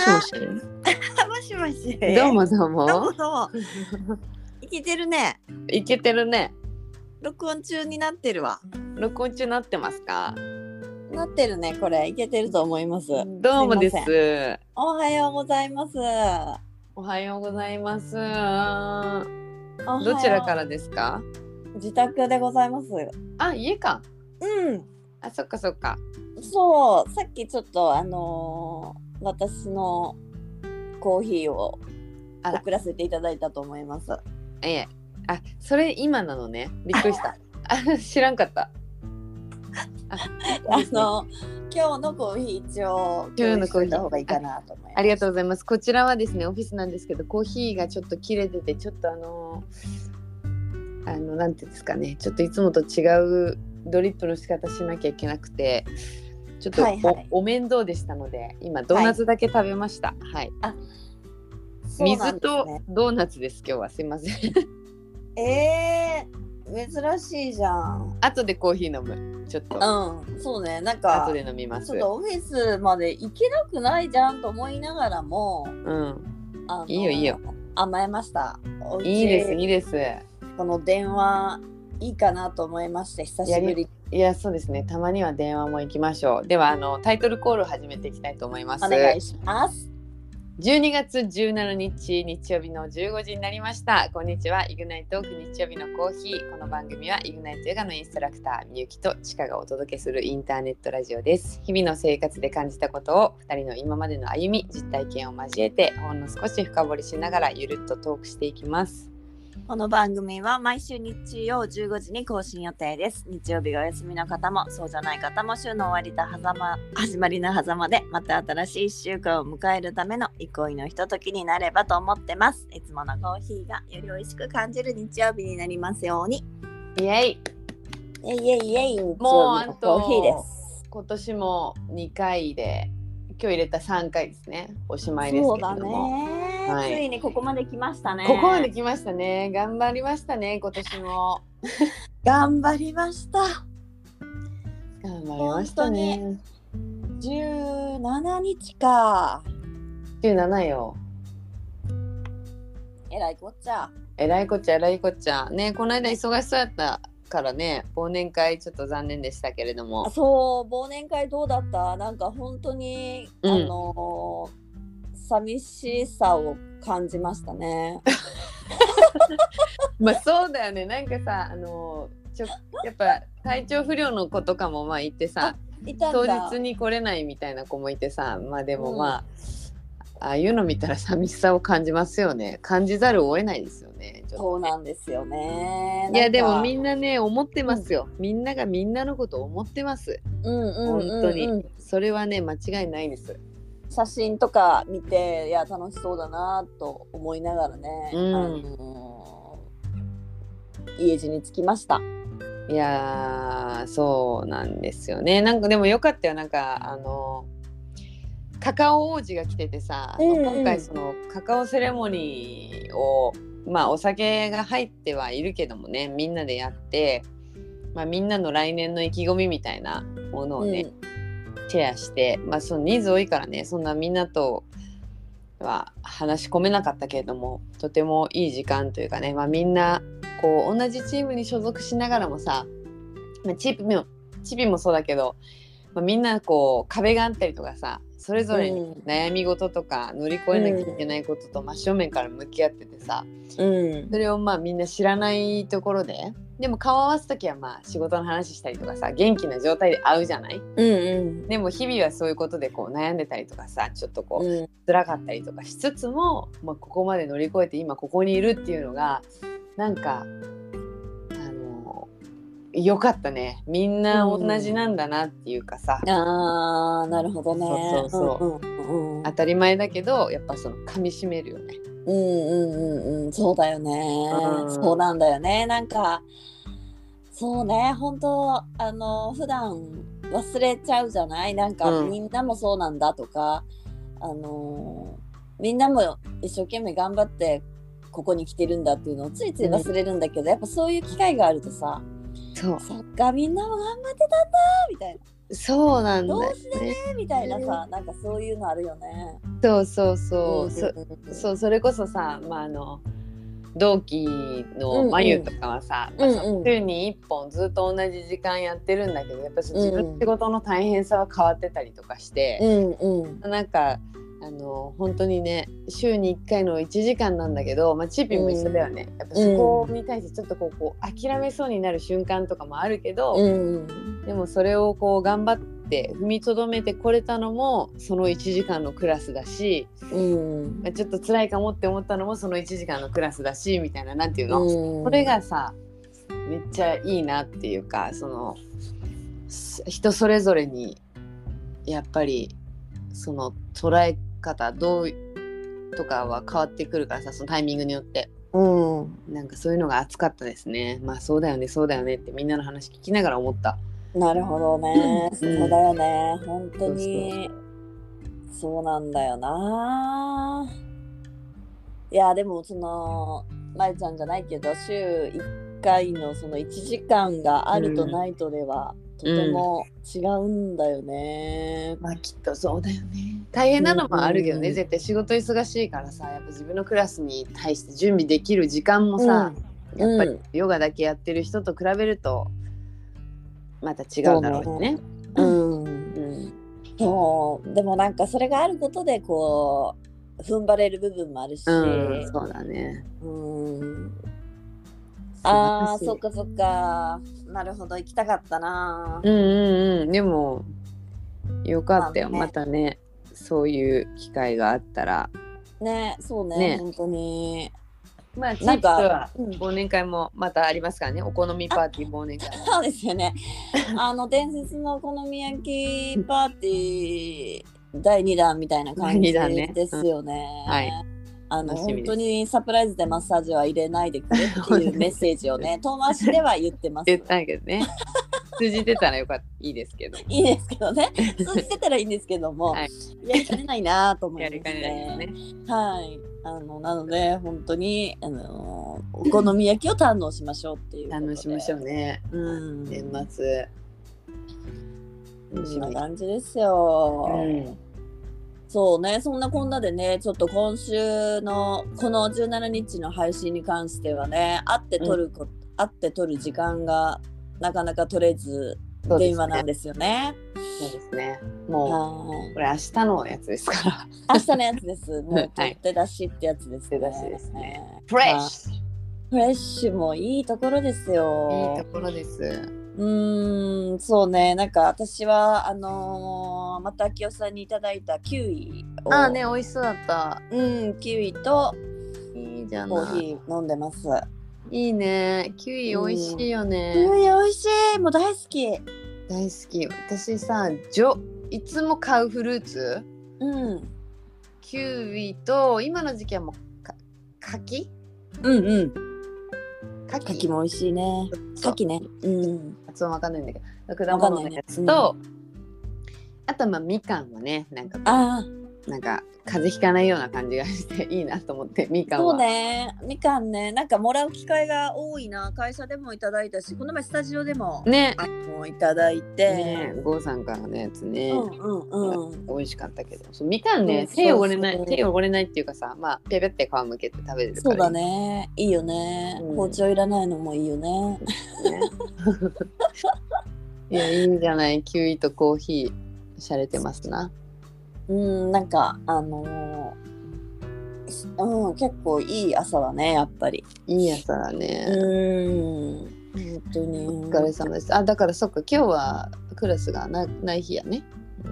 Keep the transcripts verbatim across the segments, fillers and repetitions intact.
しもしもしもし。 どうもどうもどうもどうも。いけてるね。 いけてるね。 録音中になってるわ。 録音中なってますか？ なってるね、これ。いけてると思います。 どうもです。 すおはようございます。 おはようございます。 おはようどちらからですか？ 自宅でございます。 あ、家か。 うんあ、そっかそっか。 そう、さっきちょっとあのー、私のコーヒーを送らせていただいたと思います。 ええ。あ、それ今なのね。びっくりした。あ、知らんかった。あ、 あの今日のコーヒー一応今日のコーヒーた方がいいかなと思います。 ありがとうございます。こちらはですね、オフィスなんですけど、コーヒーがちょっと切れてて、ちょっとあのあのなんていうんですかね、ちょっといつもと違うドリップの仕方しなきゃいけなくて、ちょっと お,、はいはい、お面倒でしたので、今ドーナツだけ食べました。はい。はい、あ、そうなんですね。水とドーナツです。今日はすいません。 えー、珍しいじゃん。 後でコーヒー飲む。ちょっと。 うん、そうね。なんか後で飲みます。 ちょっとオフィスまで行けなくないじゃんと思いながらも、 うん。あのいいよいいよ。 甘えました。 いいですいいです。 この電話いいかなと思いまして、久しぶり。 いやそうですね。たまには電話も行きましょう。ではあのタイトルコールを始めていきたいと思います。 お願いします。 じゅうにがつじゅうしちにち日曜日のじゅうごじになりました。こんにちは。イグナイトーク日曜日のコーヒー。この番組はイグナイトヨガのインストラクターみゆきとちかがお届けするインターネットラジオです。日々の生活で感じたことをふたりの今までの歩み、実体験を交えてほんの少し深掘りしながらゆるっとトークしていきます。 この番組は毎週日曜じゅうごじに更新予定です。日曜日がお休みの方もそうじゃない方も週の終わりと狭間始まりの狭間でまた新しいいっしゅうかんを迎えるための憩いのひとときになればと思ってます。いつものコーヒーがより美味しく感じる日曜日になりますように。 イエイイエイイエイイエイ。日曜日のコーヒーです。 今年もにかいで今日入れたさんかいですね。おしまいですけれども。そうだね。 はい、ついにここまで来ましたね。 ここまで来ましたね。頑張りましたね、今年も。 頑張りました。 頑張りましたね。 じゅうしちにちか。 じゅうしちよ。 えらいこっちゃ。 えらいこっちゃえらいこっちゃ。ね、この間忙しそうやったからね、忘年会ちょっと残念でしたけれども。 そう、忘年会どうだった？なんか本当に、うん、あのー。寂しさを感じましたね。 まあそうだよね。なんかさ、あのちょやっぱ体調不良の子とかもまあいてさ、当日に来れないみたいな子もいてさ、まあでもまあ、うん、ああいうの見たら寂しさを感じますよね。感じざるを得ないですよね。ちょっとね。 そうなんですよね。 いやでもみんなね思ってますよ、うん、みんながみんなのことを思ってます。 うんうんうんうん、 本当にそれはね間違いないです。 写真とか見ていや楽しそうだなと思いながらね、うん、あのー、家路に着きました。 いやそうなんですよね。なんかでもよかったよ。なんかあのカカオ王子が来ててさ、うんうん、今回そのカカオセレモニーをまあお酒が入ってはいるけどもね、みんなでやって、まあ、みんなの来年の意気込みみたいなものをね、うんシェアして、まあその人数多いからね、そんなみんなとは話し込めなかったけれども、とてもいい時間というかね、まあみんなこう同じチームに所属しながらもさ、まあ、チームもチビもそうだけど、まあ、みんなこう壁があったりとかさ、それぞれに悩み事とか乗り越えなきゃいけないことと真正面から向き合っててさ、うん、それをまあみんな知らないところで、でも顔合わすときはまあ仕事の話したりとかさ、元気な状態で会うじゃない、うんうん、でも日々はそういうことでこう悩んでたりとかさ、ちょっとこう、うん、辛かったりとかしつつも、まあ、ここまで乗り越えて今ここにいるっていうのがなんかよかったね。みんな同じなんだなっていうかさ、 うん、あーなるほどね。 そうそうそう、うんうんうん、当たり前だけどやっぱその噛み締めるよね。 うんうんうんうん、そうだよね、うん、そうなんだよね。なんかそうね、本当あの普段忘れちゃうじゃない。なんか、うん、みんなもそうなんだとか、あのみんなも一生懸命頑張ってここに来てるんだっていうのをついつい忘れるんだけど、うん、やっぱそういう機会があるとさ、そうそっかみんなも頑張ってたんだみたいな。 そうなんだよね。 どうしてねみたいなさ、なんかそういうのあるよね。 そうそうそう、 うんそうんうんそうそれこそさ、まああの同期のまゆとかはさ、 うんうんまあ、その週にいっぽんずっと同じ時間やってるんだけど、やっぱりうん自分の仕事の大変さは変わってたりとかして、 うんうんなんかあの本当にね週にいっかいのいちじかんなんだけど、まあ、チーピーも一緒だよね、やっぱそこに対してちょっとこう、こう諦めそうになる瞬間とかもあるけど、 うんでもそれをこう頑張って踏みとどめてこれたのもそのいちじかんのクラスだし、 うんまあ、ちょっと辛いかもって思ったのもそのいちじかんのクラスだしみたいな、なんていうの、 うんそれがさめっちゃいいなっていうか、その人それぞれにやっぱりその捉え方どうとかは変わってくるからさ、そのタイミングによって、 うん、 なんかそういうのが熱かったですね。まあそうだよねそうだよねってみんなの話聞きながら思った。 なるほどね、 うん、 そうだよね、本当にそうそうなんだよな。いやでもそのまゆちゃんじゃないけど週いっかいのそのいちじかんがあるとないとでは、とても違うんだよね、 うん、まあきっとそうだよね。大変なのもあるけどね、うん、絶対仕事忙しいからさ、やっぱ自分のクラスに対して準備できる時間もさ、うん、やっぱりヨガだけやってる人と比べるとまた違うだろうね。 うん、うん、そうでもなんかそれがあることでこう踏ん張れる部分もあるし、 うん、そうだね。 うん、あーそっかそっか、なるほど、行きたかったな。 うんうんうん、でもよかったよ、まあね、またねそういう機会があったらね。そうね、ね、本当に。 まあチップは忘年会もまたありますからね、お好みパーティー忘年会も。 そうですよねあの伝説のお好み焼きパーティーだいにだんみたいな感じですよね、 うん、はい、 あの本当にサプライズでマッサージは入れないでくれっていうメッセージをね遠回しでは言ってます言ったけどね通じてたらよかった、いいですけどいいですけどね通じてたらいいんですけども、はい、やりかねないなと思いますね。 やりかねないですね。 はい、あのなので本当にあのお好み焼きを堪能しましょうっていうことで堪能しましょうね、うん、年末そんな感じですよ、うん、そうね、そんなこんなでねちょっと今週のこのじゅうしちにちの配信に関してはね会って撮るこ、うん、会って撮る時間がなかなか取れず電話なんですよね。 そうですね。もうこれ明日のやつですから。 明日のやつです。もう取って出しってやつですね。 取って出しですね。フレッシュ。 フレッシュもいいところですよ。 いいところです。 うーん、そうね。なんか私はあのー、またきよさんにいただいたキウイを。 ああね、美味しそうだった。 うん、キウイといいじゃない。 コーヒー飲んでます。 いいね。キウイ美味しいよね。 キウイ美味しい。もう大好き。 大好き。私さ、ジョいつも買うフルーツ、 うん、 キウイと今の時期はもうか柿、 うんうん、 柿柿も美味しいね。柿ね。うん。 発音わかんないんだけど、果物のやつと、うん、あとまあみかんはね、なんかあなんか風邪ひかないような感じがしていいなと思って、みかんは。 そうね、みかんね、なんかもらう機会が多いな。会社でもいただいたし、この前スタジオでもね、 あのいただいて、 ね、ゴーさんからのやつね、 うんうんうん、 美味しかったけど、そうみかんね、手汚れない、手汚れないっていうかさ、まあペペって皮むけて食べれるから。 そうだね、いいよね、うん、包丁いらないのもいいよね。 いや、いいじゃない、キウイとコーヒーしゃれてますな。 うん、なんかあのー、うん、結構いい朝だね、やっぱり。 いい朝だね。 うん、本当に。 お疲れ様です。あ、だからそっか、今日はクラスが な, ない日やね。 うん、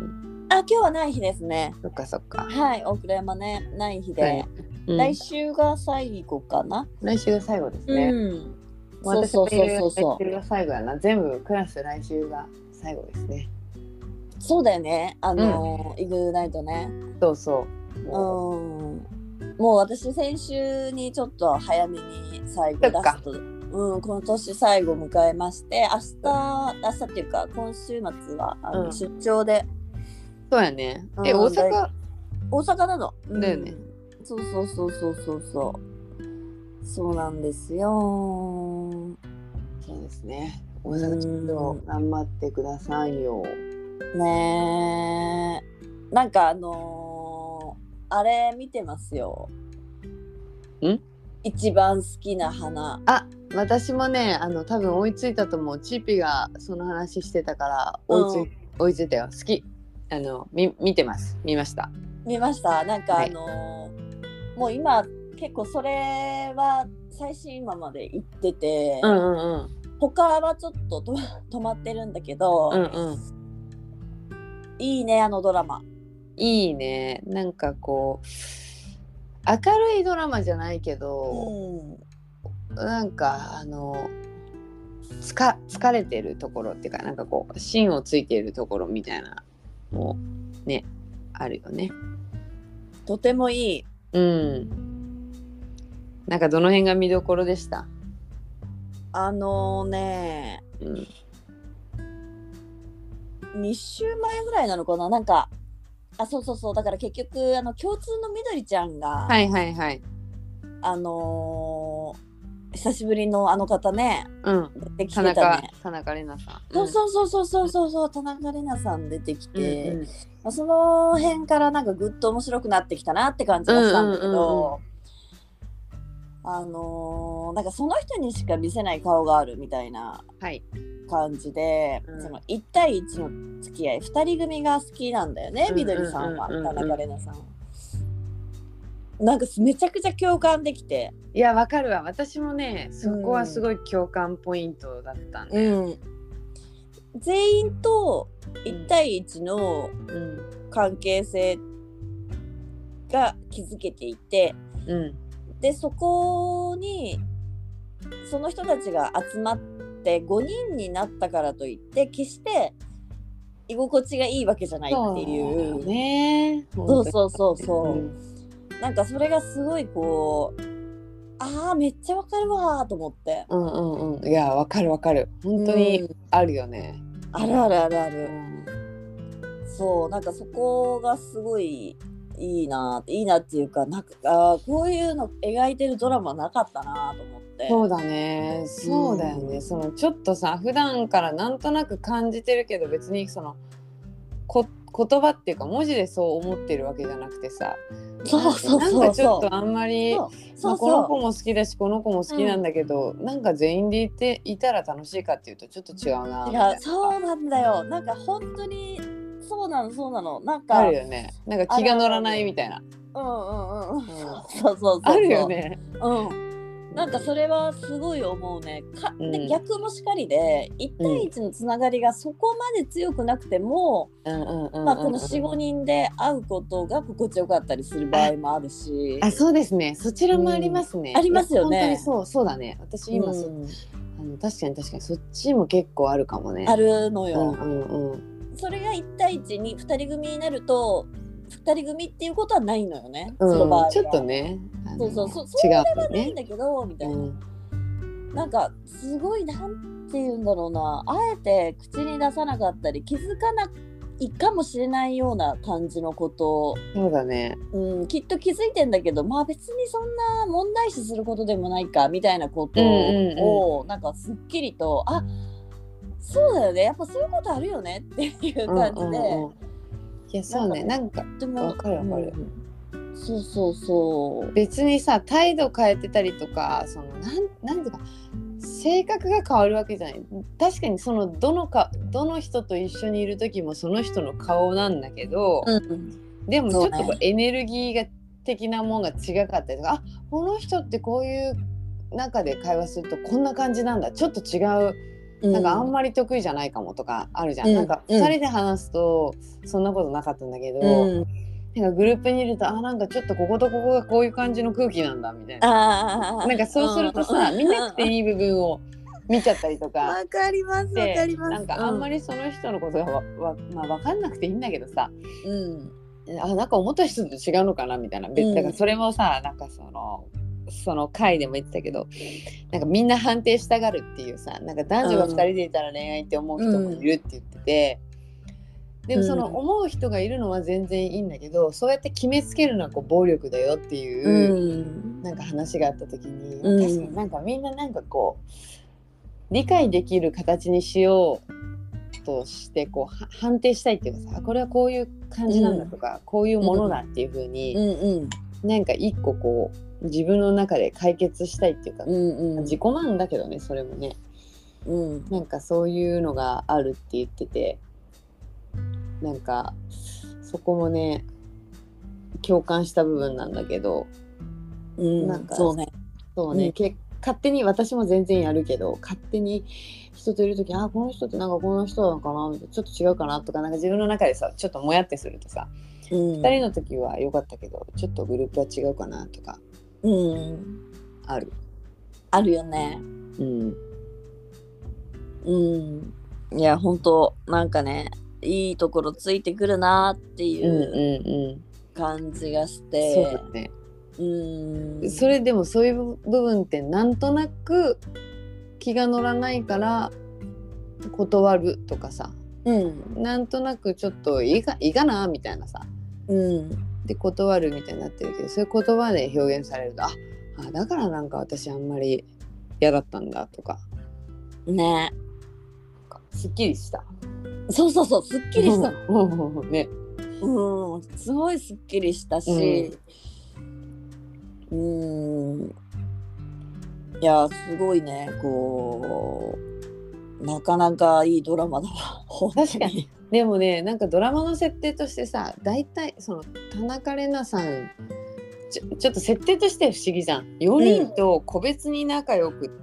あ、今日はない日ですね。 そっかそっか。 はい、大倉山ね、ない日で、はい、うん、来週が最後かな。 来週が最後ですね。うん、 そうそうそうそうそう。 来週が最後やな。全部クラス来週が最後ですね。 そうだよね、あの、うん、イグナイトね。 そうそう。 もう、うん、もう私先週にちょっと早めに最後ラスト、うん、今年最後迎えまして、明日明日っていうか今週末はあの、うん、出張で。 そうやね。え、うん、大阪？ 大阪なの。 だよね、 うん。そうそうそうそうそうそう。そうなんですよ。 そうですね。大阪ちょっと頑張ってくださいよ。 ねえ、なんかあのー、あれ見てますよ。 ん一番好きな花。 あ、私もね、あの多分追いついたと思う。チーピがその話してたから追いつい、うん、追いついたよ。好き。あのみ見てます。見ました。 見ました。なんか、はい、あのー、もう今結構それは最新話まで行ってて、 うんうんうん、 他はちょっとと止まってるんだけど、 うんうん、 いいねあのドラマ。 いいね。なんかこう明るいドラマじゃないけど、うん、なんかあのつか疲れてるところっていうか、なんかこう芯をついているところみたいなもうねあるよね。 とてもいい。 うん。なんかどの辺が見どころでした？ あのー、ね、うん、に週前ぐらいなのかな、なんかあそうそうそう、だから結局あの共通のみどりちゃんが、 はいはいはい、 あのー、久しぶりのあの方ね、 うん、 出てきてたね。 田中玲奈さん、 うん、そうそうそうそうそうそう、田中玲奈さん出てきて、うんうん、まあ、その辺からなんかぐっと面白くなってきたなって感じがしたんだけど、うんうんうんうん、あのー、なんかその人にしか見せない顔があるみたいな感じで、はい、そのいち対いちの付き合い、ふたり組が好きなんだよね、みどりさんは、田中玲奈さんは。なんかめちゃくちゃ共感できて。 いやわかるわ。私もねそこはすごい共感ポイントだったんで、うん、 全員といち対いちの関係性が築けていて、うん、でそこにその人たちが集まってごにんになったからといって決して居心地がいいわけじゃないっていう。 そうね。 そうそうそうそう。うん、なんかそれがすごいこう、あーめっちゃわかるわーと思って。 うんうんうん。いやわかるわかる。本当にあるよね。 うん、あるあるあるある。うん、そう、なんかそこがすごいいいなって、いいなっていうか、なんかあこういうの描いてるドラマなかったなと思って。 そうだね。そうだよね。うん、そのちょっとさ普段からなんとなく感じてるけど別にそのこ言葉っていうか文字でそう思ってるわけじゃなくてさ、 そうそうそうそう、 なんかちょっとあんまりそうそうそう、まあ、この子も好きだしこの子も好きなんだけど、うん、なんか全員でいていたら楽しいかっていうとちょっと違うなみたいな。 いやそうなんだよ。なんか本当にそうなのそうなの。なんかあるよね。なんか気が乗らないみたいな。 うんうんうんうん。そうそうそう。 あるよね。 うん。なんかそれはすごい思うね。かで、うん、逆もしかりでいち対いちのつながりがそこまで強くなくても、この よん,ご 人で会うことが心地よかったりする場合もあるし。 あ、そうですね。そちらもありますね。 うん、ありますよね。 本当にそうそうだね。私今そ、うん、あの確かに確かにそっちも結構あるかもね。 あるのよ。 うんうんうん、 それがいち対いちにふたり組になるとふたり組っていうことはないのよね、 うん、 その場合はちょっとね、 そうそうそう、それはないんだけど、ね、みたいな、うん、なんかすごいなんて言うんだろうな、あえて口に出さなかったり気づかないかもしれないような感じのこと。 そうだね、 うん、きっと気づいてんだけど、まあ別にそんな問題視することでもないかみたいなことを、うんうんうん、なんかすっきりと、あ、そうだよね、やっぱそういうことあるよねっていう感じで、うんうんうん、 いやそうね、なんかわかるわかる、 うん、そうそうそう、 別にさ態度変えてたりとか、そのなんなんていうか性格が変わるわけじゃない。確かにそのどのかどの人と一緒にいる時もその人の顔なんだけど、うん、でもちょっとこう、ね、エネルギーが的なものが違かったりとか、あ、この人ってこういう中で会話するとこんな感じなんだ、ちょっと違う、なんかあんまり得意じゃないかもとかあるじゃん、うん、なんかふたりで話すとそんなことなかったんだけど、うん、なんかグループにいると、あ、なんかちょっとこことここがこういう感じの空気なんだみたいな、あ、なんかそうするとさ、見なくていい部分を見ちゃったりとか、 わかりますわかります。 なんかあんまりその人のことがわ、わ、まあ、分かんなくていいんだけどさ、うん、あ、なんか思った人と違うのかなみたいな、別、うん、だからそれもさ、なんかそのその回でも言ってたけど、なんかみんな判定したがるっていうさ、なんか男女がふたりでいたら恋愛って思う人もいるって言ってて、うん、でもその思う人がいるのは全然いいんだけど、そうやって決めつけるのはこう暴力だよっていう、うん、なんか話があった時に、うん、確かになんかみんななんかこう理解できる形にしようとしてこう判定したいっていうかさ、これはこういう感じなんだとか、うん、こういうものだっていう風に、うんうん、なんか一個こう自分の中で解決したいっていうか、うんうん、自己満だけどねそれもね、うん、なんかそういうのがあるって言ってて、なんかそこもね共感した部分なんだけど、うん、なんかそうね、そうね、うん、け勝手に私も全然やるけど、勝手に人といるとき、あこの人ってなんかこの人なのかなみたいな、ちょっと違うかなとか、なんか自分の中でさちょっともやってするとさ、うん、ふたりの時は良かったけどちょっとグループは違うかなとか、うん、あるあるよね。うんうん、いや本当なんかねいいところついてくるなっていう感じがして、 うんうんうん、そうだね。うん、それでもそういう部分ってなんとなく気が乗らないから断るとかさ、うん、なんとなくちょっといいかいいかなみたいなさ、うん、で断るみたいになってるけど、そういう言葉で表現されると、ああだからなんか私あんまり嫌だったんだとかね、すっきりした。 そうそうそう、すっきりしたね、 うん、すごいすっきりしたし、うん、うーん、いやすごいね、こうなかなかいいドラマだわ。 確かに。でもね、なんかドラマの設定としてさ、だいたいその田中玲奈さんち ょ, ちょっと設定として不思議じゃん。よにんと個別に仲良くって、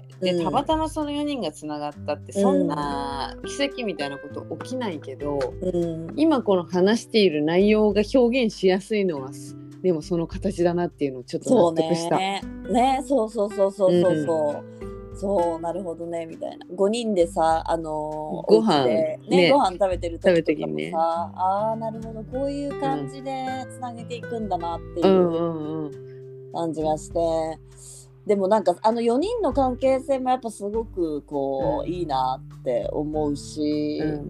うん、でたまたまそのよにんがつながったって、うん、そんな奇跡みたいなこと起きないけど、うん、今この話している内容が表現しやすいのはでもその形だなっていうのをちょっと納得した。 そうね、ね、そうそうそうそうそうそう、うん、そうなるほどねみたいな。ごにんでさ、あのー、ご飯で、ねね、ご飯食べてる時とかもさ、ね、あーなるほどこういう感じでつなげていくんだなっていう感じがして、うんうんうん、でもなんかあのよにんの関係性もやっぱすごくこう、うん、いいなって思うし、うん、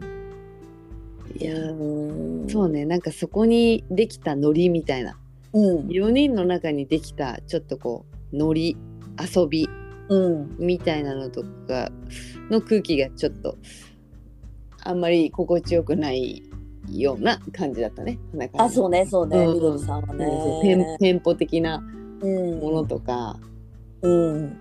いや、うん、そうね、なんかそこにできたノリみたいな、うん、よにんの中にできたちょっとこうノリ遊び、うん、みたいなのとかの空気がちょっとあんまり心地よくないような感じだったね。 あ、そうねそうね、みどりさんはね、 テン、テンポ的なものとか、うんうん、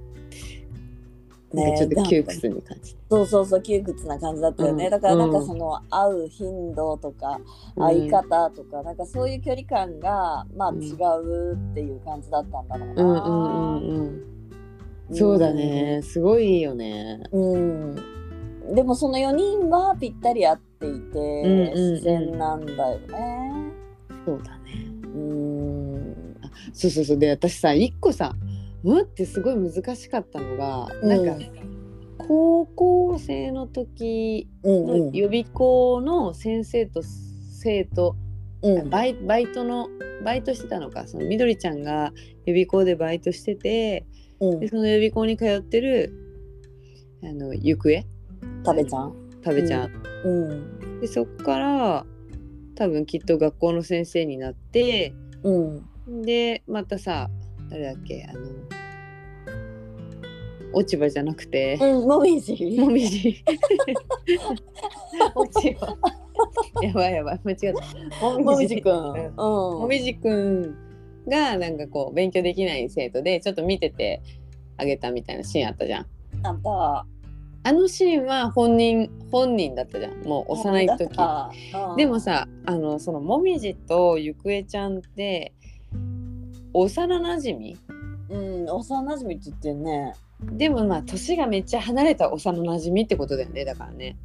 なんかちょっと窮屈に感じ、ね、 そうそうそう窮屈な感じだったよね、うん、だからなんかその会う頻度とか、うん、会い方とかなんかそういう距離感がまあ違うっていう感じだったんだろうな、うんうんうんうん、そうだね、すごいいいよね、 うん、でもそのよにんはぴったり合っていて、うんうんうん、自然なんだよね。 そうだね、うん、あ、そうそうそう、で私さ一個さうんってすごい難しかったのが、うん、なんか高校生の時の予備校の先生と生徒、うん、バイ、バイトのバイトしてたのか、そのみどりちゃんが予備校でバイトしてて、うん、でその予備校に通ってるあのゆくえ食べちゃん食べちゃん、うんうん、でそっから多分きっと学校の先生になって、うん、でまたさ誰だっけ、あの落ち葉じゃなくて、 うん、もみじもみじ落ち葉やばいやばい間違えた、 もみじくん、うん、 もみじくんがなんかこう勉強できない生徒でちょっと見ててあげたみたいなシーンあったじゃん。 あった。 あのシーンは本人本人だったじゃん、もう幼い時。でもさ、あのそのもみじとゆくえちゃんって幼なじみ、 うん、幼なじみって言ってんね。 でもまあ年がめっちゃ離れた幼なじみってことだよね、だからね。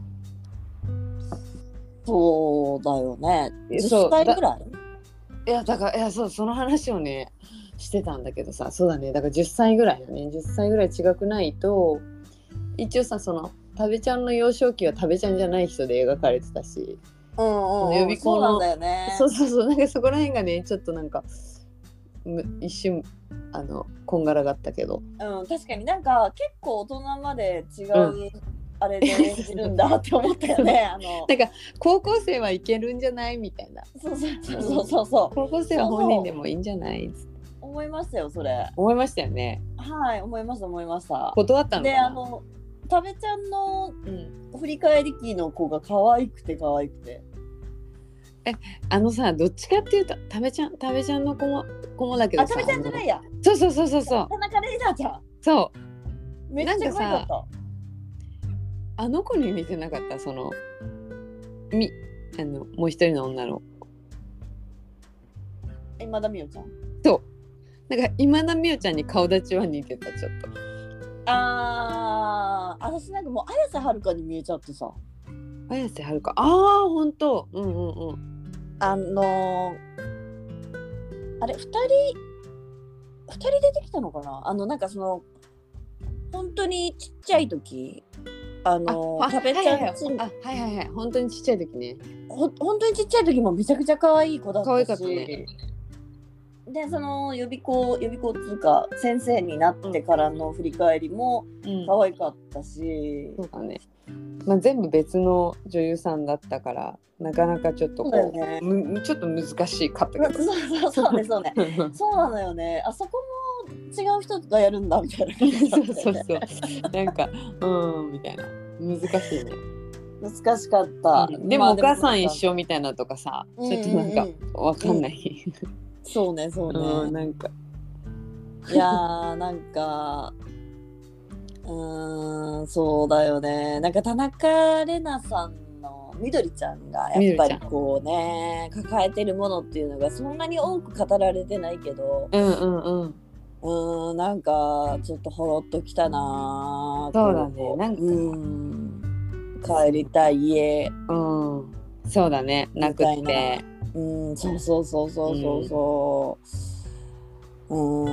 そうだよね。じゅっさいぐらい？ いやだからいやそうその話をねしてたんだけどさ、そうだね、だからじゅっさいぐらいだね、じゅっさいぐらい違くないと、一応さその食べちゃんの幼少期は食べちゃんじゃない人で描かれてたし、 うんうんうん、予備校のそうなんだよね。 そうそうそう、なんかそこら辺がねちょっとなんか一瞬あのこんがらがったけど、 うん、確かになんか結構大人まで違う、うん、あれで演じるんだって思ったよねあのなんか高校生はいけるんじゃないみたいな、 そうそうそうそうそう、 高校生は本人でもいいんじゃないって思いましたよ。それ思いましたよね。 はい、思いました思いました。 断ったのかな。 であの多部ちゃんのうん、 振り返り期の子が可愛くて可愛くて。 あのさ、どっちかっていうと多部ちゃん多部ちゃんの子も子もだけどあ、 さ、 多部ちゃんじゃないや。 そうそうそうそうそう田中玲奈ちゃん。 そうめっちゃ可愛かった。 あの子に似てなかった？そのみあのもう一人の女の今田美桜ちゃん。 そうなんか今田美桜ちゃんに顔立ちは似てたちょっと。 あー、私なんかもう綾瀬はるかに見えちゃってさ。 綾瀬はるか、ああほんと、うんうんうん。 あのー、あれふたりふたり出てきたのかな。あのなんかその本当にちっちゃい時、あのー、 あ多部ちゃんち、 あはいはいはい、本当にちっちゃい時ね。 ほ本当にちっちゃい時もめちゃくちゃ可愛い子だったし。 可愛かったね。 でその予備校予備校っていうか先生になってからの振り返りも可愛かったし、 うん、そうだね。まあ、全部別の女優さんだったからなかなかちょっとこう、 ね、 むちょっと難しかったけど。 そうそうそうねそうねそうなのよね。あそこも違う人がやるんだみたいな感じだったよね。 そうそうそうなんかうんみたいな難しいね。 難しかった、 うん、でもお母さん一緒みたいなとかさ、 うん、 ちょっとなんかわかんない、うん、 そうねそうね、 うん、なんかいやーなんかうーんそうだよね。なんか田中玲奈さんのみどりちゃんがやっぱりこうね抱えてるものっていうのがそんなに多く語られてないけど、 うんうんうんうーんなんかちょっとほろっときたな。 そうだね。なんかうん帰りたい家、 うん、そうだね。なくて、 うん、そうそうそうそうそうそう、うん、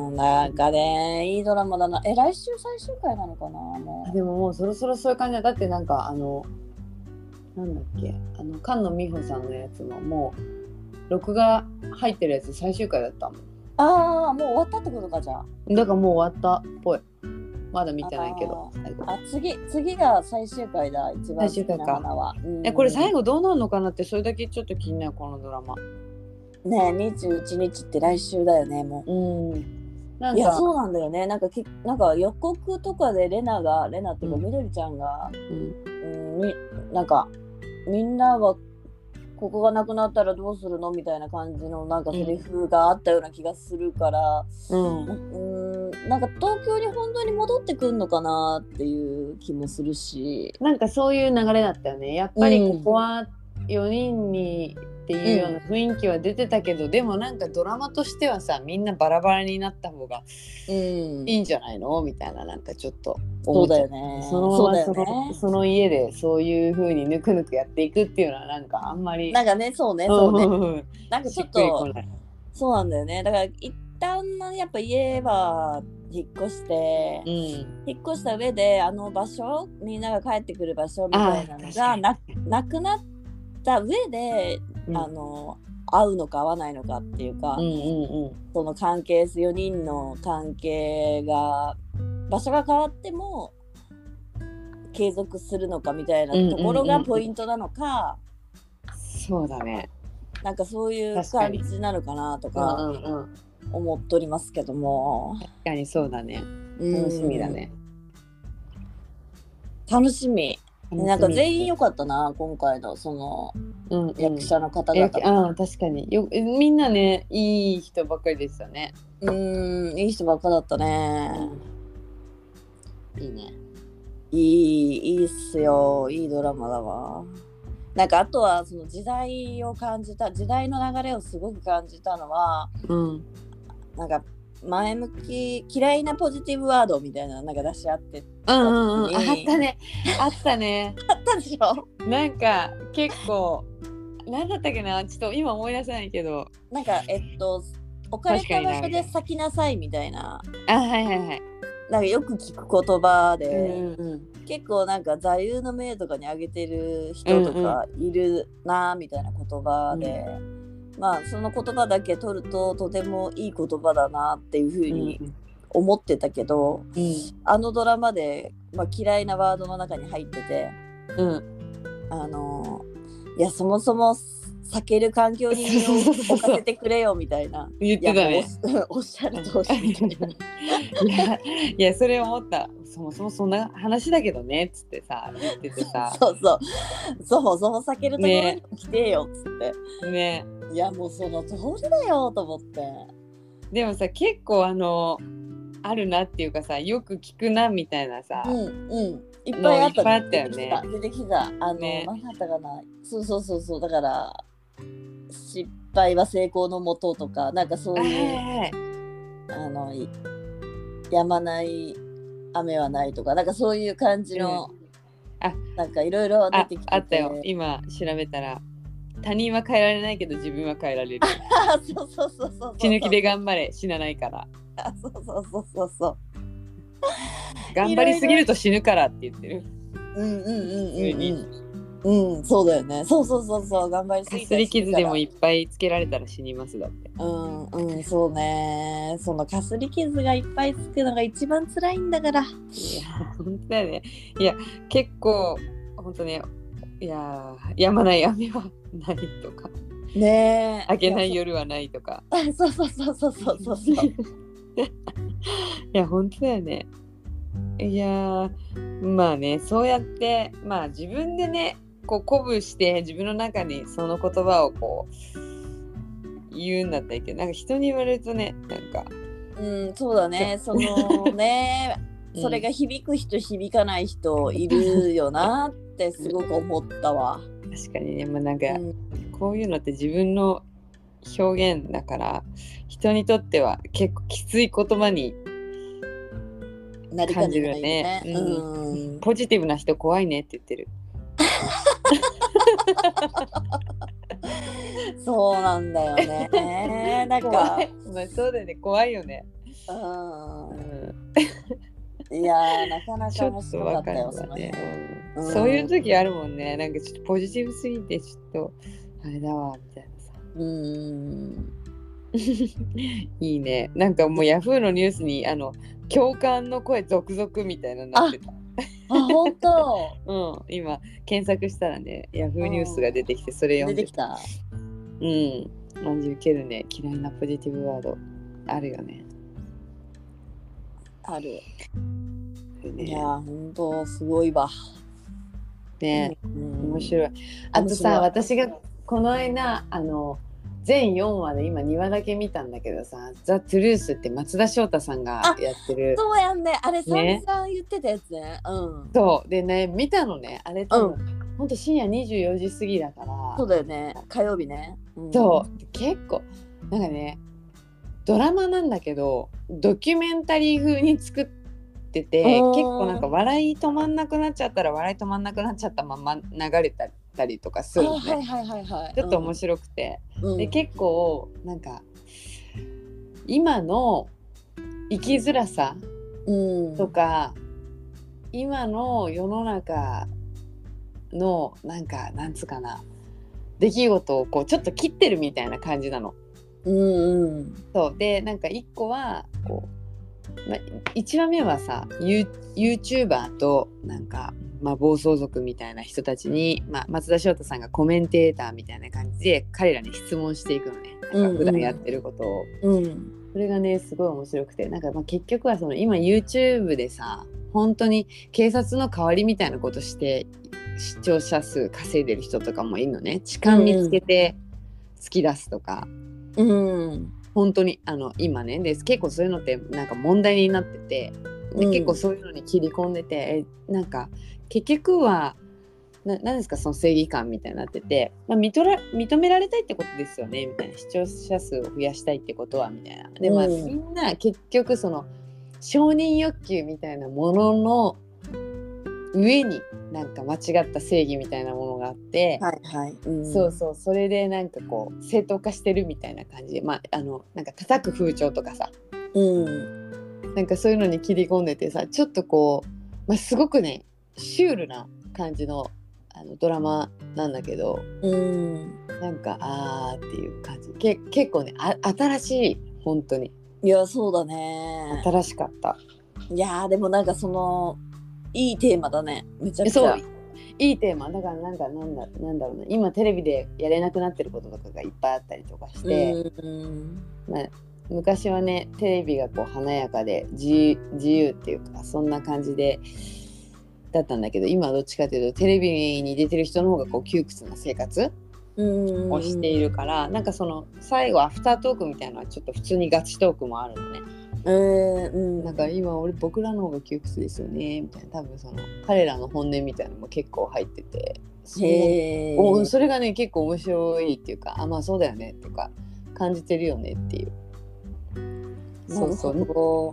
うんなんかねいいドラマだな。え来週最終回なのかな。もうでももうそろそろそういう感じだ。だってなんかあのなんだっけあの菅野美穂さんのやつももう録画入ってるやつ最終回だったもん。 ああもう終わったってことか。じゃあだからもう終わったっぽい。まだ見てないけど。 あ次次が最終回だ。一番最終回か。 うん、 えこれ最後どうなるのかなってそれだけちょっと気になるこのドラマ。 ねえにじゅういちにちって来週だよねもう。 うんなんかいやそうなんだよね。なんかきなんか予告とかでレナがレナっていうか、うん、みどりちゃんが、うんうん、みなんかみんなはここがなくなったらどうするのみたいな感じのなんかセリフがあったような気がするから、うんうん、なんか東京に本当に戻ってくるのかなっていう気もするし、 なんかそういう流れだったよね。やっぱりここはよにんにっていうような雰囲気は出てたけど、うん、でもなんかドラマとしてはさみんなバラバラになった方がいいんじゃないのみたいななんかちょっとそうだよね。 そのままその、その家でそういう風にぬくぬくやっていくっていうのはなんかあんまりなんかねそうねそうねなんかちょっとそうなんだよね。だから一旦やっぱ家は引っ越して、うん、引っ越した上であの場所みんなが帰ってくる場所みたいなのが な, なくなった上で、うん、あの合うのか合わないのかっていうか、うんうんうん、その関係よにんの関係が場所が変わっても継続するのかみたいなところがポイントなのか、うんうんうん、そうだねなんかそういう感じなのかなとか思っておりますけども、 確かにそうだね。楽しみだね。 楽しみ。なんか全員良かったな今回のその役者の方々、 うんうん、確かによみんなねいい人ばっかりでしたね。 うんいい人ばっかだったね、 うん、いいねいいいいっすよ。いいドラマだわ。なんかあとはその時代を感じた時代の流れをすごく感じたのは、うん、なんか前向き嫌いなポジティブワードみたいななんか出し合ってうんうんうん、あったねあったねあったでしょ。 なんか結構何だったっけなちょっと今思い出せないけどなんかえっと置かれた場所で咲きなさいみたいなあはいはいはいなんかよく聞く言葉で、 うんうん、 結構なんか座右の銘とかに挙げてる人とかいるなみたいな言葉で、うんうん、まあその言葉だけ取るととてもいい言葉だなっていうふうに思ってたけど、うん、あのドラマで、まあ、嫌いなワードの中に入ってて、うん、あのいやそもそも避ける環境に置かせてくれよみたいな言ってたね。 おっしゃる通りみたいな。 いやいやそれ思った。そもそもそんな話だけどねっつってさ言っててさそうそうそもそも避けるところに来てよっつってね。 いやもうその通りだよと思って。 でもさ結構あのあるなっていうかさよく聞くなみたいなさ、 うんうんいっぱいあった、 いっぱいあったよね。 出てきたあの、ね、何だったかなそうそうそうそうだから失敗は成功のもととかなんかそういうあのやまない雨はないとかなんかそういう感じの、うん、あなんかいろいろ出てきててあ, あったよ今調べたら他人は変えられないけど自分は変えられるそうそうそうそう死ぬ気で頑張れ死なないからあそうそうそうそうそう頑張りすぎると死ぬからって言ってるうんうんうんうんうんそうだよねそうそうそうそう頑張りすぎかすり傷でもいっぱいつけられたら死にますだってうんうんそうねそのかすり傷がいっぱいつくのが一番辛いんだからいや本当だよねいや結構本当ねいややまない雨はないとかねえ明けない夜はないとかそうそうそうそうそうそうそういや本当だよねいやまあねそうやってまあ自分でねこう鼓舞して自分の中にその言葉をこう言うんだったらいいけどなんか人に言われるとねなんかうんそうだねそのねそれが響く人響かない人いるよなってすごく思ったわ確かにねまあなんか、うん、こういうのって自分の表現だから人にとっては結構きつい言葉に感じるよね、ねうん、ポジティブな人怖いねって言ってるそうなんだよねなんか、 まあ、そうだよね怖いよねうん、うん、いやなかなか面白かったよちょっとわかるわね、うん、そういう時あるもんねなんかちょっとポジティブすぎてちょっとあれだわみたいなさうんいいねなんかもうヤフーのニュースにあの共感の声続々みたいななってたあ本当うん今検索したらねヤフーニュースが出てきてそれ読んで出てきたうんマジウケるね嫌いなポジティブワードあるよねある、ね、いや本当すごいわね、うん、面白いあとさ私がこの間あの全よんわで今にわだけ見たんだけどさザ・トゥルースって松田翔太さんがやってるそうやんねあれさんさん言ってたやつね、うん、 そうでね見たのねあれ多分、うん、ほんと深夜にじゅうよじ過ぎだからそうだよね火曜日ね、 うん、そう結構なんかねドラマなんだけどドキュメンタリー風に作ってて結構なんか笑い止まんなくなっちゃったら笑い止まんなくなっちゃったまま流れたりたりとかするのね、 はいはいはいはい、 ちょっと面白くて、 うん、 で結構なんか今の生きづらさとか、うん、今の世の中のなんかなんつうかな出来事をこうちょっと切ってるみたいな感じなの、 うんうん、 そうでなんか一個はこう、ま、いちわめはさ YouTuber となんかまあ、暴走族みたいな人たちに、まあ、松田翔太さんがコメンテーターみたいな感じで彼らに質問していくのねなんか普段やってることを、 うんうん、 それがねすごい面白くてなんかまあ結局はその今 YouTube でさ本当に警察の代わりみたいなことして視聴者数稼いでる人とかもいるのね痴漢見つけて突き出すとか、 うん、 本当にあの今ねで結構そういうのってなんか問題になっててで結構そういうのに切り込んでて、うん、なんか結局はな何ですかその正義感みたいになってて、まあ、認ら認められたいってことですよねみたいな視聴者数を増やしたいってことはみたいなで、まあ、うん、みんな結局その承認欲求みたいなものの上になんか間違った正義みたいなものがあって、 はいはいうん、 そうそうそれでなんかこう正当化してるみたいな感じで、まあ、あのなんか叩く風潮とかさ、 うん、 なんかそういうのに切り込んでてさちょっとこう、まあ、すごくねシュールな感じの、あのドラマなんだけど、 うん、 なんかあーっていう感じけ結構ねあ新しい本当にいやそうだね新しかったいやでもなんかそのいいテーマだねめちゃくちゃそういいテーマだから、なんかなんだなんだろうな、今テレビでやれなくなってることとかがいっぱいあったりとかして、うんまあ、昔はねテレビがこう華やかで自由、自由っていうかそんな感じでだったんだけど、今はどっちかというとテレビに出てる人の方がこう窮屈な生活をしているから、なんかその最後アフタートークみたいなのはちょっと普通にガチトークもあるのね。 えーうん、 なんか今俺僕らの方が窮屈ですよねみたいな、多分その彼らの本音みたいなのも結構入ってて、 へおそれがね結構面白いっていうか、あまあそうだよねっていうか感じてるよねっていう。そうそう、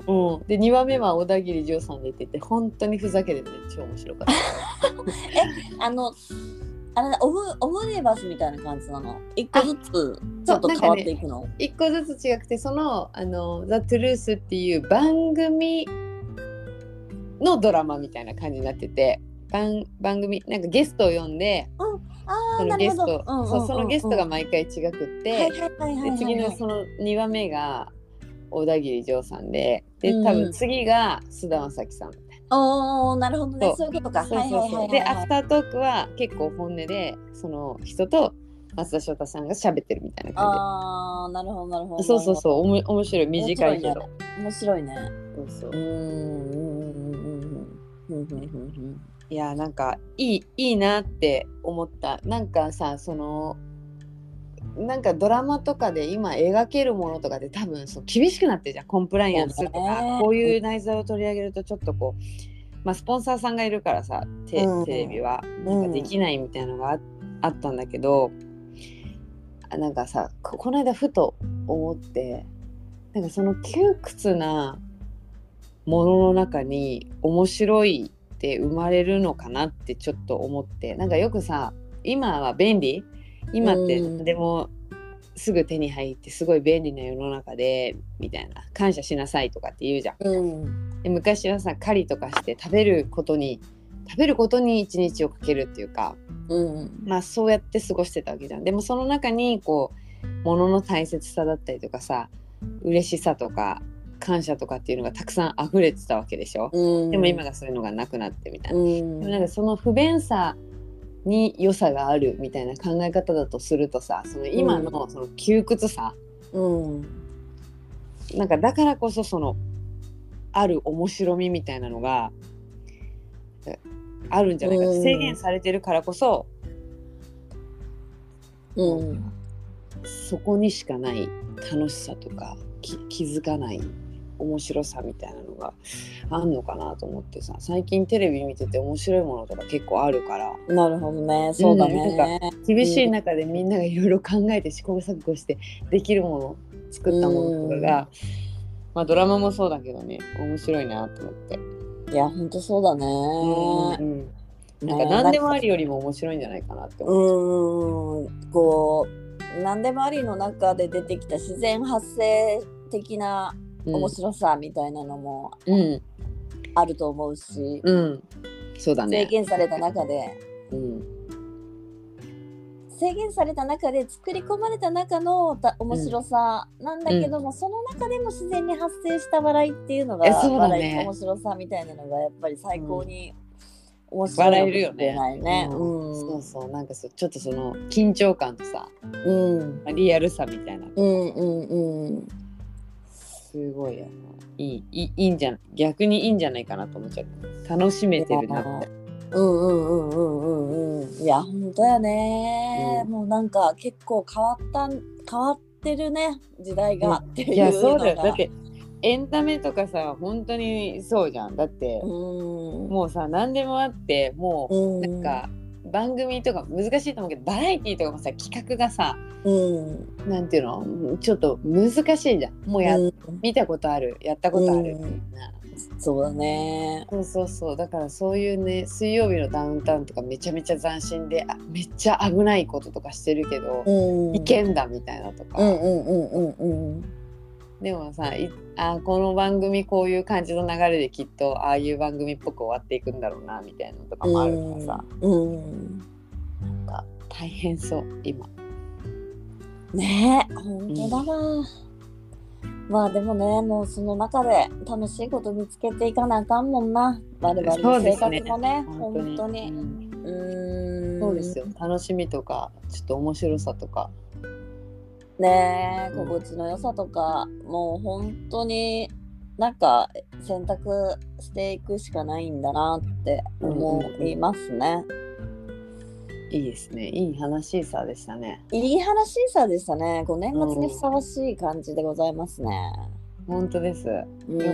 うん、でにわめは小田切丈さん出てて本当にふざけてて超面白かったえあのあれオムオムニバスみたいな感じなの？一個ずつちょっと変わっていくの？ 一、ね、個ずつ違くて、そのあのザ・トゥルースっていう番組のドラマみたいな感じになってて、番番組なんかゲストを呼んで、 うん、あそのゲスト、 うんうんうんうん、 そうそのゲストが毎回違くって、で次のそのにわめが小田切丈さんで、で多分次が菅田将暉さんみたいな。 おーなるほどね、そういうことか。 そうそうそう。でアフタートークは結構本音でその人と松田翔太さんが喋ってるみたいな感じで。 あーなるほどなるほど。 そうそうそう、おも面白い、短いけど面白いね。 そうそう。 うんうんうんいやなんかいいいいなって思った。なんかさ、そのなんかドラマとかで今描けるものとかで多分そう厳しくなってるじゃん、コンプライアンスとか、ね、こういう題材を取り上げるとちょっとこう、まあ、スポンサーさんがいるからさ テ,、うん、テレビはなんかできないみたいなのが あ,、うん、あったんだけど、なんかさ こ, この間ふと思って、なんかその窮屈なものの中に面白いって生まれるのかなってちょっと思って、なんかよくさ今は便利、今って何でもすぐ手に入ってすごい便利な世の中でみたいな、感謝しなさいとかって言うじゃん、うん、で昔はさ狩りとかして食べることに食べることに一日をかけるっていうか、うん、まあそうやって過ごしてたわけじゃん。でもその中にこう物の大切さだったりとかさ、嬉しさとか感謝とかっていうのがたくさん溢れてたわけでしょ、うん、でも今がそういうのがなくなってみたいな、うん、でもなんかその不便さに良さがあるみたいな考え方だとするとさ、その今のその窮屈さ、うん、なんかだからこそそのある面白みみたいなのがあるんじゃないか、うん、制限されてるからこそ、うん、そこにしかない楽しさとか気、気づかない面白さみたいなのがあんのかなと思ってさ、最近テレビ見てて面白いものとか結構あるから。 なるほどね、そうだね、 うん、なんか厳しい中でみんながいろいろ考えて試行錯誤してできるもの、作ったものとかが、うん、まあドラマもそうだけどね、面白いなと思って。 いやほんとそうだね、うんうん、なんか何でもありよりも面白いんじゃないかなって思う。うーん、こう何でもありの中で出てきた自然発生的な面白さみたいなのもあると思うし、 うんうん、そうだね、 制限された中で、うん、制限された中で作り込まれた中の面白さなんだけども、うん、その中でも自然に発生した笑いっていうのが、 そうだね、 笑いの面白さみたいなのがやっぱり最高に面白い、笑えるよね、 うんうん、そうそう、なんかそちょっとその緊張感とさ、うんまあ、リアルさみたいな、うんうんうんすごいやいい、いい、いいんじゃ逆にいいんじゃないかなと思っちゃう。楽しめてるなって。 うんうんうんうんうんうん。いや本当やね、うん、もうなんか結構変わった変わってるね時代がっていうのが、いやそうだよ、だってエンタメとかさ本当にそうじゃん。だって、うん、もうさ何でもあってもうなんか、うん番組とか難しいと思うけどバラエティーとかもさ企画がさ、うん、なんていうのちょっと難しいじゃん。もうや、うん、見たことあるやったことある、うん、 そうだね。 そうそうそう、だからそういうね水曜日のダウンタウンとかめちゃめちゃ斬新であめっちゃ危ないこととかしてるけど、うん、いけんだみたいなとか、うんうんうんうんうんでもさいあこの番組こういう感じの流れできっとああいう番組っぽく終わっていくんだろうなみたいなのとかもあるからさ、うんうん、なんか大変そう今ねえ本当だな、うん、まあでもねもうその中で楽しいこと見つけていかなあかんもんな我々の生活もね、 そうですね本当に、うんーんそうですよ。楽しみとかちょっと面白さとかねえ、心地の良さとかもう本当になんか選択していくしかないんだなって思いますね。 いいですね。いい話さでしたね。 いい話さでしたね。こう年末にふさわしい感じでございますね。 本当です。よかったです。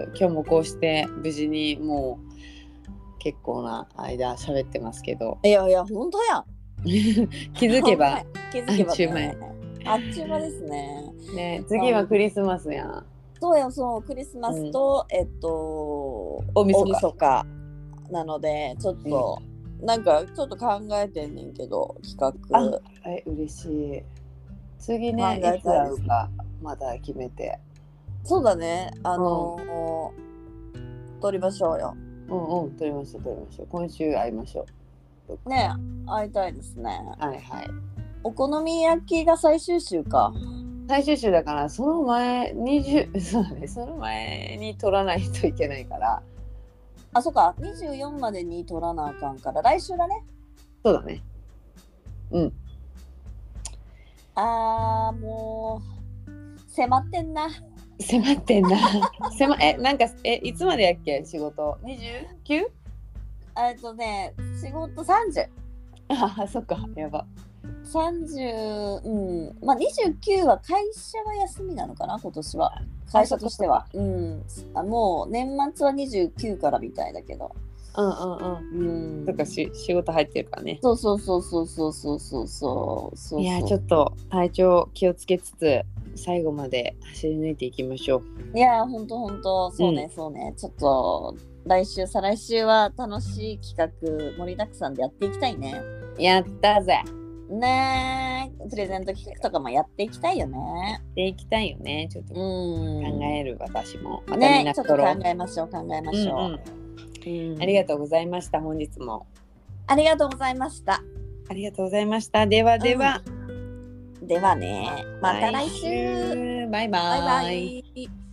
今日もこうして無事にもう結構な間喋ってますけど。 いやいや本当や。 気づけば気づけば、ね、 あっちゅう間あっちゅう間ですね。 ね、次はクリスマスやん。 そうやそうクリスマスと、うん、えっと大晦日なのでちょっと、うん、なんかちょっと考えてんねんけど企画。 あ、え嬉しい。次ねいつ会うかまた決めて。 そうだね。あのーうん、撮りましょうよ。 うんうん撮りましょう撮りましょう。今週会いましょう。ね会いたいですね。 はいはい。 お好み焼きが最終週か。 最終週だからその前にじゅうそうだねその前に取らないといけないから。 あ、そうかにじゅうよんまでに取らなあかんから来週だね。 そうだね。うん。 あーもう迫ってんな。 迫ってんな。迫えなんかえいつまでやっけ仕事 にじゅうきゅう？ えっとね仕事さんじゅう。 あそっかやば。 さんじゅう、うん、まあにじゅうきゅうは会社は休みなのかな今年は会社としては、うん、あもう年末はにじゅうきゅうからみたいだけど、 うんうんうん、うん、とかし仕事入ってるからね。 そうそうそうそうそうそうそうそうそう。 いやちょっと体調気をつけつつ最後まで走り抜いていきましょう。いやほんとほんとそうね、うん、そうねちょっと来週再来週は楽しい企画盛りだくさんでやっていきたいね。 やったぜねえプレゼント企画とかもやっていきたいよね。 やっていきたいよね。ちょっと考える私もまたみんなねちょっと考えましょう考えましょう、うんうんうん、ありがとうございました本日もありがとうございましたありがとうございましたではでは、 うん、ではねまた来週バイバイ。 バイバイ。